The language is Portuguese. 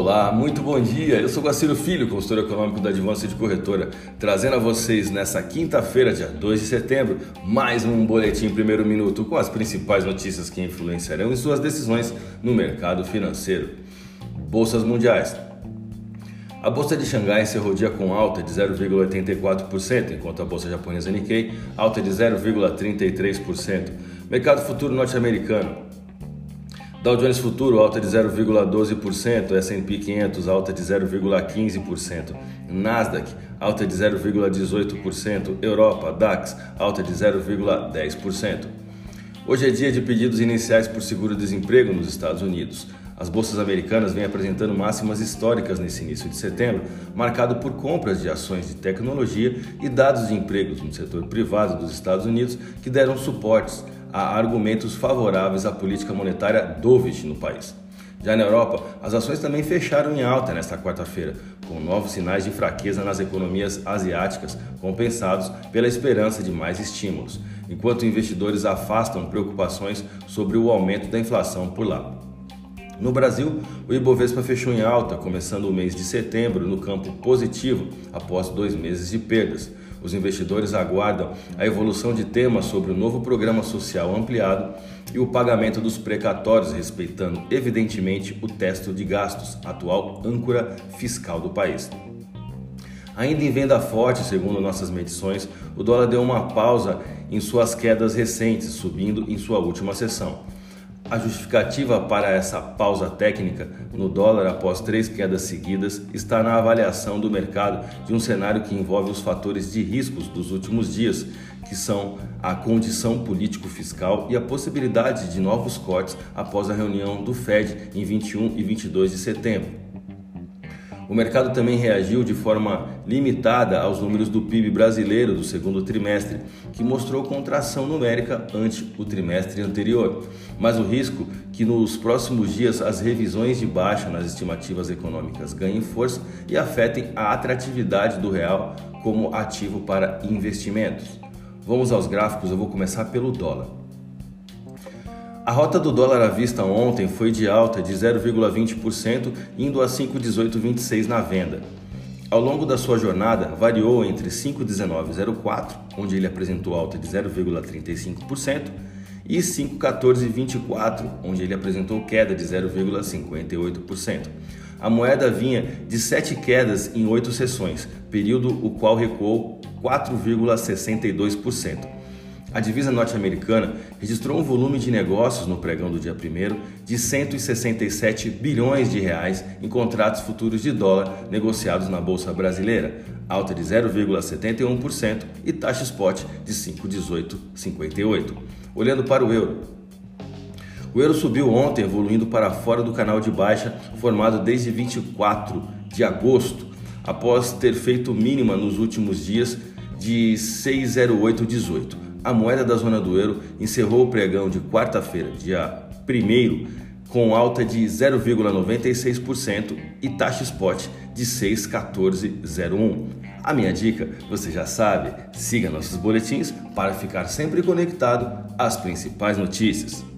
Olá, muito bom dia. Eu sou Guaciro Filho, consultor econômico da Advance de Corretora, trazendo a vocês nessa quinta-feira, dia 2 de setembro, mais um boletim primeiro minuto com as principais notícias que influenciarão em suas decisões no mercado financeiro. Bolsas mundiais. A bolsa de Xangai encerrou o dia com alta de 0,84%, enquanto a bolsa japonesa Nikkei alta de 0,33%. Mercado futuro norte-americano. Dow Jones Futuro alta de 0,12%, S&P 500 alta de 0,15%, Nasdaq alta de 0,18%, Europa DAX alta de 0,10%. Hoje é dia de pedidos iniciais por seguro-desemprego nos Estados Unidos. As bolsas americanas vêm apresentando máximas históricas nesse início de setembro, marcado por compras de ações de tecnologia e dados de empregos no setor privado dos Estados Unidos que deram suportes a argumentos favoráveis à política monetária dovish no país. Já na Europa, as ações também fecharam em alta nesta quarta-feira, com novos sinais de fraqueza nas economias asiáticas, compensados pela esperança de mais estímulos, enquanto investidores afastam preocupações sobre o aumento da inflação por lá. No Brasil, o Ibovespa fechou em alta, começando o mês de setembro no campo positivo, após 2 meses de perdas. Os investidores aguardam a evolução de temas sobre o novo programa social ampliado e o pagamento dos precatórios, respeitando, evidentemente, o teto de gastos, atual âncora fiscal do país. Ainda em venda forte, segundo nossas medições, o dólar deu uma pausa em suas quedas recentes, subindo em sua última sessão. A justificativa para essa pausa técnica no dólar após 3 quedas seguidas está na avaliação do mercado de um cenário que envolve os fatores de riscos dos últimos dias, que são a condição político-fiscal e a possibilidade de novos cortes após a reunião do Fed em 21 e 22 de setembro. O mercado também reagiu de forma limitada aos números do PIB brasileiro do segundo trimestre, que mostrou contração numérica ante o trimestre anterior, mas o risco que nos próximos dias as revisões de baixa nas estimativas econômicas ganhem força e afetem a atratividade do real como ativo para investimentos. Vamos aos gráficos, eu vou começar pelo dólar. A rota do dólar à vista ontem foi de alta de 0,20%, indo a 5,1826 na venda. Ao longo da sua jornada, variou entre 5,1904, onde ele apresentou alta de 0,35%, e 5,1424, onde ele apresentou queda de 0,58%. A moeda vinha de 7 quedas em 8 sessões, período o qual recuou 4,62%. A divisa norte-americana registrou um volume de negócios no pregão do dia 1º de 167 bilhões de reais em contratos futuros de dólar negociados na Bolsa Brasileira, alta de 0,71% e taxa spot de 5,1858. Olhando para o euro. O euro subiu ontem, evoluindo para fora do canal de baixa formado desde 24 de agosto, após ter feito mínima nos últimos dias de 6,0818. A moeda da zona do euro encerrou o pregão de quarta-feira, dia 1º, com alta de 0,96% e taxa spot de 6,1401. A minha dica, você já sabe, siga nossos boletins para ficar sempre conectado às principais notícias.